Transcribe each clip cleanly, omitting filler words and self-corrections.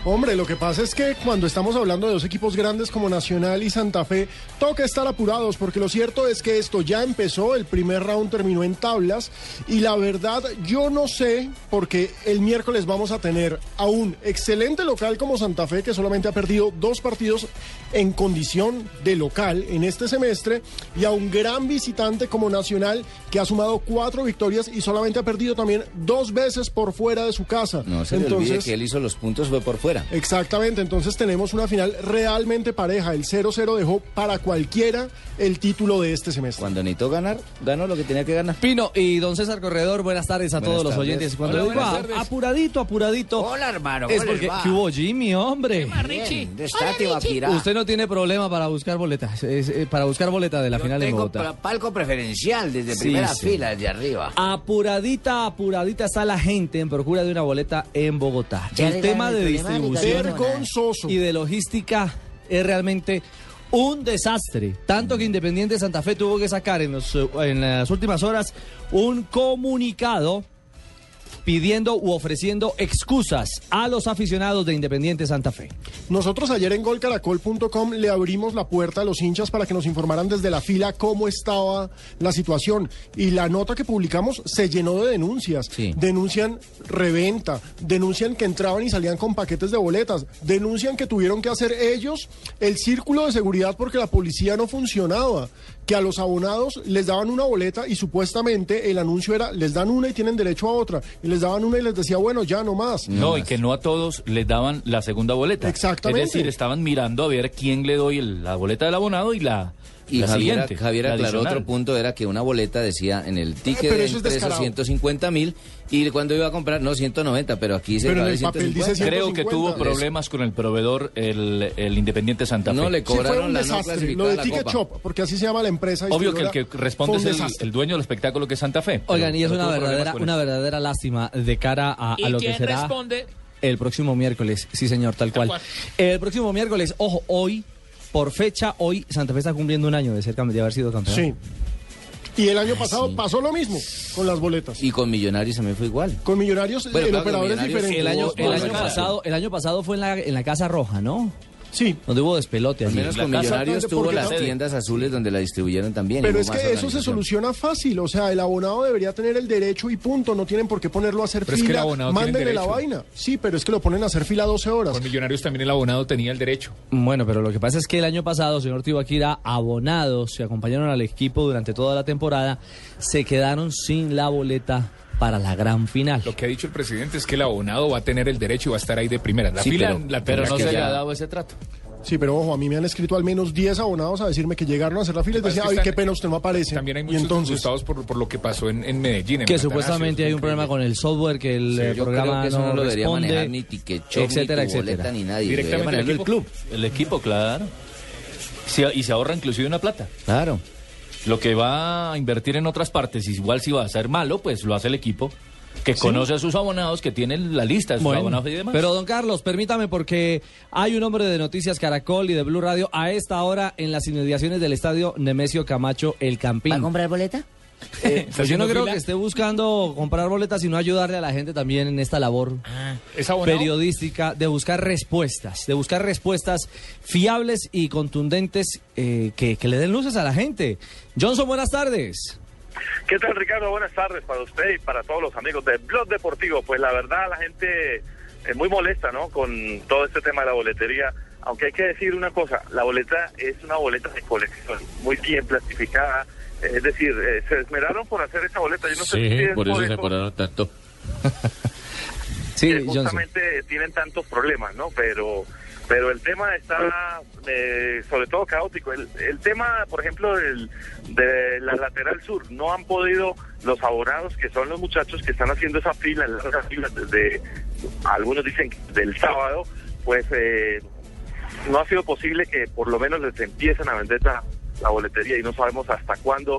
Hombre, lo que pasa es que cuando estamos hablando de dos equipos grandes como Nacional y Santa Fe, toca estar apurados, porque lo cierto es que esto ya empezó, el primer round terminó en tablas, y la verdad yo no sé, porque el miércoles vamos a tener a un excelente local como Santa Fe, que solamente ha perdido 2 partidos en condición de local en este semestre, y a un gran visitante como Nacional, que ha sumado 4 victorias y solamente ha perdido también 2 veces por fuera de su casa. No se le olvide que él hizo los puntos, fue por fuera. Exactamente, entonces tenemos una final realmente pareja. El 0-0 dejó para cualquiera el título de este semestre. Cuando necesitó ganar, ganó lo que tenía que ganar. Pino y don César Corredor, buenas tardes a todos los oyentes. Cuando digo apuradito. Hola, hermano. Es porque, ¿qué hubo, Jimmy, hombre? Richie. Usted no tiene problema para buscar boletas, para buscar boleta de la final en Bogotá. Tengo palco preferencial desde primera fila, desde arriba. Apuradita está la gente en procura de una boleta en Bogotá. El tema de distribución vergonzoso y de logística es realmente un desastre. Tanto que Independiente Santa Fe tuvo que sacar en las últimas horas un comunicado pidiendo u ofreciendo excusas a los aficionados de Independiente Santa Fe. Nosotros ayer en golcaracol.com le abrimos la puerta a los hinchas para que nos informaran desde la fila cómo estaba la situación. Y la nota que publicamos se llenó de denuncias. Sí. Denuncian reventa, denuncian que entraban y salían con paquetes de boletas, denuncian que tuvieron que hacer ellos el círculo de seguridad porque la policía no funcionaba, que a los abonados les daban una boleta y supuestamente el anuncio era, les dan una y tienen derecho a otra, y les daban una y les decía, bueno, ya no más. No, y que no a todos les daban la segunda boleta. Exactamente. Es decir, estaban mirando a ver quién le doy la boleta del abonado y la Javier aclaró otro punto, era que una boleta decía en el ticket de impreso 150.000 y cuando iba a comprar, no, 190, pero aquí se pero en el papel dice 150. Creo que tuvo problemas con el proveedor, el Independiente Santa Fe. No, le cobraron fue un desastre, lo de Ticket Shop, porque así se llama la empresa. Obvio que el que responde es el dueño del espectáculo, que es Santa Fe. Oigan, y es una verdadera lástima de cara a lo que será responde? El próximo miércoles. Sí, señor, tal cual. El próximo miércoles, ojo, hoy, por fecha, hoy Santa Fe está cumpliendo un año de haber sido campeón. Sí. Y el año pasado pasó lo mismo con las boletas. Y con Millonarios también fue igual. Con Millonarios el operador es diferente. El año pasado fue en la Casa Roja, ¿no? Sí. Donde hubo despelote. Al menos con Millonarios tuvo las tiendas azules donde la distribuyeron también. Pero es que eso se soluciona fácil. O sea, el abonado debería tener el derecho y punto. No tienen por qué ponerlo a hacer fila. Mándenle la vaina. Sí, pero es que lo ponen a hacer fila 12 horas. Con Millonarios también el abonado tenía el derecho. Bueno, pero lo que pasa es que el año pasado, señor Tibaquira, abonados que acompañaron al equipo durante toda la temporada se quedaron sin la boleta para la gran final. Lo que ha dicho el presidente es que el abonado va a tener el derecho y va a estar ahí de primera. La fila, pero no se le ha dado ese trato. Sí, pero ojo, a mí me han escrito al menos 10 abonados a decirme que llegaron a hacer la fila y decían, ay, qué pena, usted no aparece. También hay muchos asustados por lo que pasó en Medellín. Que supuestamente hay un problema con el software, que el programa que eso no lo debería responde, manejar ni Ticket Shop, etcétera, ni tu boleta, ni nadie. Directamente el club. El equipo, claro. Y se ahorra inclusive una plata. Claro. Lo que va a invertir en otras partes, igual si va a ser malo, pues lo hace el equipo, que conoce a sus abonados, que tienen la lista de sus abonados y demás. Pero don Carlos, permítame, porque hay un hombre de Noticias Caracol y de Blue Radio a esta hora en las inmediaciones del estadio Nemesio Camacho, El Campín. ¿Va a comprar boleta? Pues yo no creo que esté buscando comprar boletas, sino ayudarle a la gente también en esta labor periodística de buscar respuestas fiables y contundentes que le den luces a la gente. Johnson, buenas tardes. ¿Qué tal, Ricardo? Buenas tardes para usted y para todos los amigos de Blog Deportivo. Pues la verdad, la gente es muy molesta, ¿no?, con todo este tema de la boletería. Aunque hay que decir una cosa, la boleta es una boleta de colección, muy bien plastificada. Es decir, se esmeraron por hacer esa boleta. Yo no sé si por eso se demoraron tanto. Sí, justamente Johnson. Tienen tantos problemas, ¿no? Pero el tema está sobre todo caótico. El tema, por ejemplo, de la lateral sur, no han podido los abonados, que son los muchachos que están haciendo esa fila, largas filas desde, algunos dicen del sábado, pues no ha sido posible que por lo menos les empiecen a vender la boletería, y no sabemos hasta cuándo.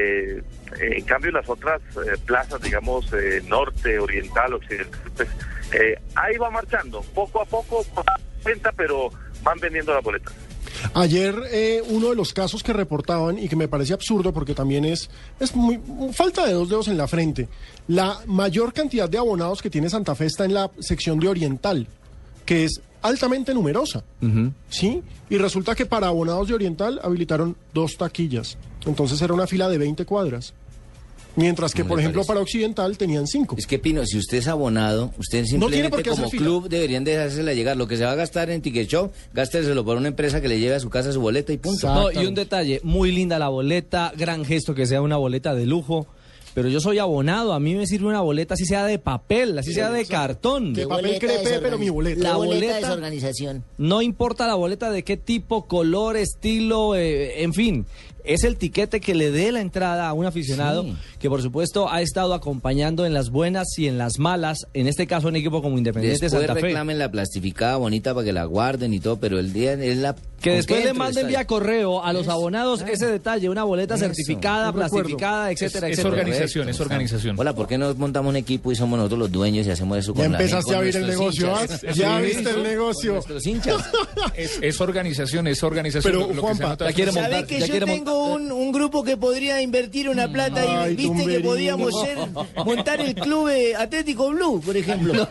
En cambio, las otras plazas, digamos, norte, oriental, occidental, pues ahí va marchando, poco a poco, pero van vendiendo la boleta. Ayer uno de los casos que reportaban y que me parece absurdo porque también es muy falta de 2 dedos en la frente. La mayor cantidad de abonados que tiene Santa Fe está en la sección de oriental, que es altamente numerosa, ¿sí? Y resulta que para abonados de Oriental habilitaron 2 taquillas. Entonces era una fila de 20 cuadras. Mientras que, por ejemplo, para Occidental tenían 5. Es que, Pino, si usted es abonado, usted simplemente como club deberían dejársela llegar. Lo que se va a gastar en Ticket Show, gásteselo por una empresa que le lleve a su casa su boleta y punto. No, y un detalle, muy linda la boleta, gran gesto que sea una boleta de lujo. Pero yo soy abonado, a mí me sirve una boleta así sea de papel, así sea de cartón. De papel crepé, pero mi boleta. La boleta es organización. No importa la boleta de qué tipo, color, estilo, en fin. Es el tiquete que le dé la entrada a un aficionado que, por supuesto, ha estado acompañando en las buenas y en las malas, en este caso en equipo como Independiente Santa Fe. Después reclamen la plastificada bonita para que la guarden y todo, pero el día es la... Que después le manden vía correo a los abonados ese detalle, una boleta certificada, plastificada, etcétera, es etcétera. Organización, es organización. Hola, ¿por qué no montamos un equipo y somos nosotros los dueños y hacemos eso con ya la gente? Ya empezaste a ver el negocio, ya viste el negocio. Nuestros hinchas. Es organización, es organización. Pero, Juanpa, ya quiere montar. ¿Sabés que yo tengo un grupo que podría invertir una plata y viste que podíamos montar el club Atlético Blue, por ejemplo?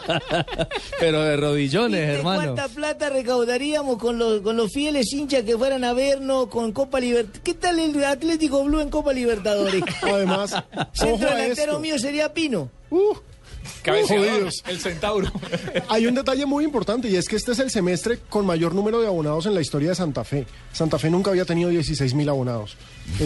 Pero de rodillones, hermano. ¿Cuánta plata recaudaríamos con los fieles hinchas que fueran a vernos con Copa Libertadores? ¿Qué tal el Atlético Blue en Copa Libertadores? Además, centro delantero mío sería Pino. Cabeceador, el Centauro. Hay un detalle muy importante y es que este es el semestre con mayor número de abonados en la historia de Santa Fe. Santa Fe nunca había tenido 16.000 abonados.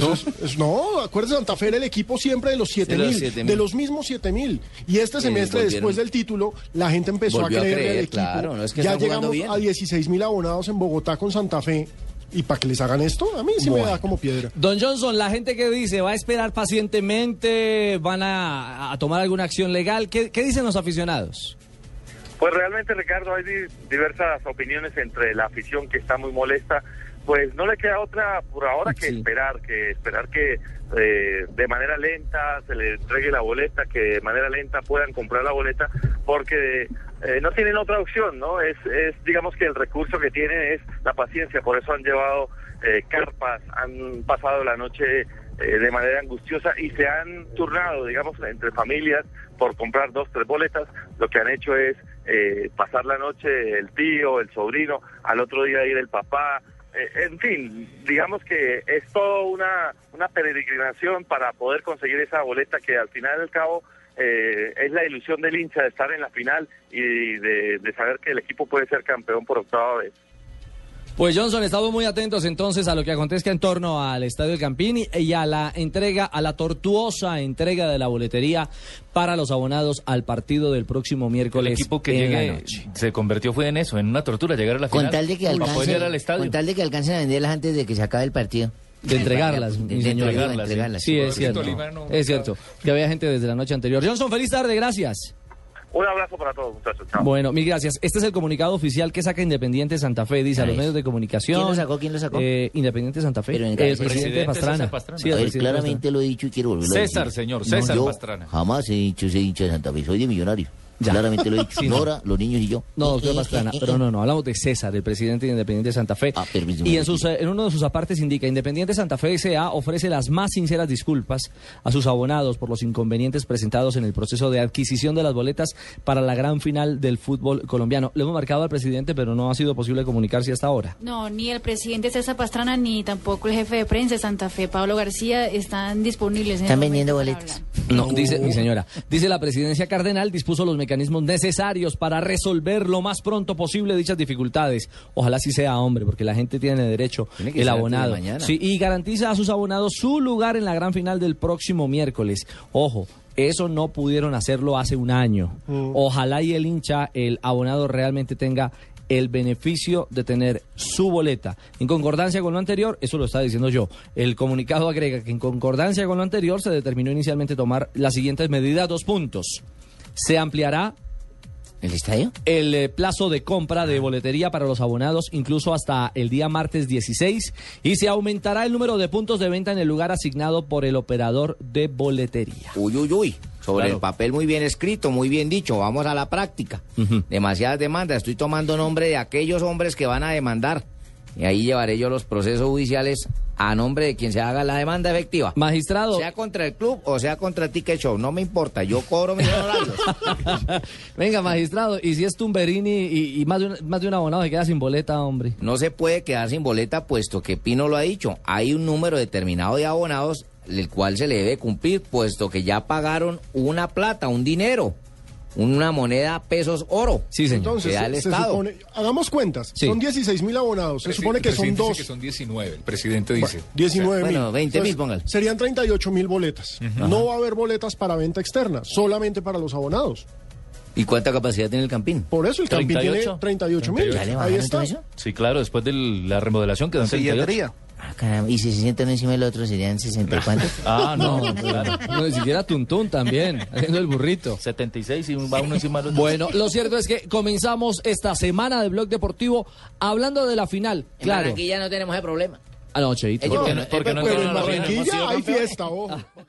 No, acuérdense, Santa Fe era el equipo siempre de los 7.000, de los mismos 7.000. Y este semestre, después del título, la gente empezó a creer al equipo. Claro, no es que ya llegamos a 16.000 abonados en Bogotá con Santa Fe. ¿Y para que les hagan esto? A mí sí me da como piedra. Don Johnson, la gente que dice, ¿va a esperar pacientemente? ¿Van a tomar alguna acción legal? ¿Qué dicen los aficionados? Pues realmente, Ricardo, hay diversas opiniones entre la afición que está muy molesta. Pues no le queda otra por ahora que esperar que de manera lenta se le entregue la boleta, que de manera lenta puedan comprar la boleta, porque no tienen otra opción, ¿no? Es digamos que el recurso que tienen es la paciencia, por eso han llevado carpas, han pasado la noche de manera angustiosa y se han turnado, digamos, entre familias por comprar 2, 3 boletas. Lo que han hecho es pasar la noche el tío, el sobrino, al otro día ir el papá. En fin, digamos que es toda una peregrinación para poder conseguir esa boleta que al final del cabo es la ilusión del hincha de estar en la final y de saber que el equipo puede ser campeón por 8ª vez. Pues Johnson, estamos muy atentos entonces a lo que acontezca en torno al Estadio del Campín y a la entrega, a la tortuosa entrega de la boletería para los abonados al partido del próximo miércoles. El equipo que llegue se convirtió fue en eso, en una tortura, llegar a la final. Con tal de que alcancen a venderlas antes de que se acabe el partido. De entregarlas, mi señor. Entregarlas. Sí, es cierto. Es cierto. Que había gente desde la noche anterior. Johnson, feliz tarde, gracias. Un abrazo para todos, muchachos. Chao. Bueno, mil gracias. Este es el comunicado oficial que saca Independiente Santa Fe, dice a los medios de comunicación. ¿Quién lo sacó? Independiente Santa Fe. El presidente Pastrana. Sí, claramente lo he dicho y quiero volverlo a decir. César, señor, César Pastrana. Jamás he dicho ese hincha de Santa Fe, soy de Millonario. Ya. Claramente lo he dicho. Nora, los niños y yo. No, doctor Pastrana, pero no, hablamos de César, el presidente de Independiente Santa Fe. Y en uno de sus apartes indica, Independiente Santa Fe S.A. ofrece las más sinceras disculpas a sus abonados por los inconvenientes presentados en el proceso de adquisición de las boletas para la gran final del fútbol colombiano. Le hemos marcado al presidente, pero no ha sido posible comunicarse hasta ahora. No, ni el presidente César Pastrana, ni tampoco el jefe de prensa de Santa Fe, Pablo García, están disponibles. ¿Están vendiendo boletas? No, dice mi señora. Dice la presidencia cardenal dispuso los mecanismos necesarios para resolver lo más pronto posible dichas dificultades. Ojalá sí sea, hombre, porque la gente tiene derecho, el abonado. Sí, y garantiza a sus abonados su lugar en la gran final del próximo miércoles. Ojo, eso no pudieron hacerlo hace un año. Ojalá y el hincha, el abonado, realmente tenga el beneficio de tener su boleta. En concordancia con lo anterior, eso lo está diciendo yo, el comunicado agrega que en concordancia con lo anterior se determinó inicialmente tomar las siguientes medidas, 2 puntos. Se ampliará ¿el estadio? El plazo de compra de boletería para los abonados incluso hasta el día martes 16 y se aumentará el número de puntos de venta en el lugar asignado por el operador de boletería. Uy. Sobre el papel muy bien escrito, muy bien dicho, vamos a la práctica. Demasiadas demandas, estoy tomando nombre de aquellos hombres que van a demandar. Y ahí llevaré yo los procesos judiciales a nombre de quien se haga la demanda efectiva. Magistrado. Sea contra el club o sea contra el Ticket Show, no me importa, yo cobro mis honorarios. Venga, magistrado, ¿y si es Tumberini y más de un abonado se queda sin boleta, hombre? No se puede quedar sin boleta, puesto que Pino lo ha dicho. Hay un número determinado de abonados, el cual se le debe cumplir, puesto que ya pagaron una plata, un dinero. Una moneda pesos oro. Sí, señor. Entonces, que da el Estado. Supone, hagamos cuentas. Sí. Son 16.000 abonados. Se supone que son 2. Dice que son 19. El presidente dice. 19.000. Bueno, 20.000, póngale. Serían 38.000 boletas. No va a haber boletas para venta externa, solamente para los abonados. ¿Y cuánta capacidad tiene el Campín? Por eso el Campín tiene 38.000. Ahí está. Sí, claro, después de la remodelación quedan 38. Ah, caramba, y si se sientan encima del otro serían 60 y cuántos. No, claro. No, ni siquiera Tuntún también, haciendo el burrito. 76 y va uno encima del otro. Bueno, lo cierto es que comenzamos esta semana de Blog Deportivo hablando de la final. Claro. En Barranquilla no tenemos ese problema. Ah, no, Cheito. ¿Por qué no? Pero en Barranquilla hay fiesta, ojo.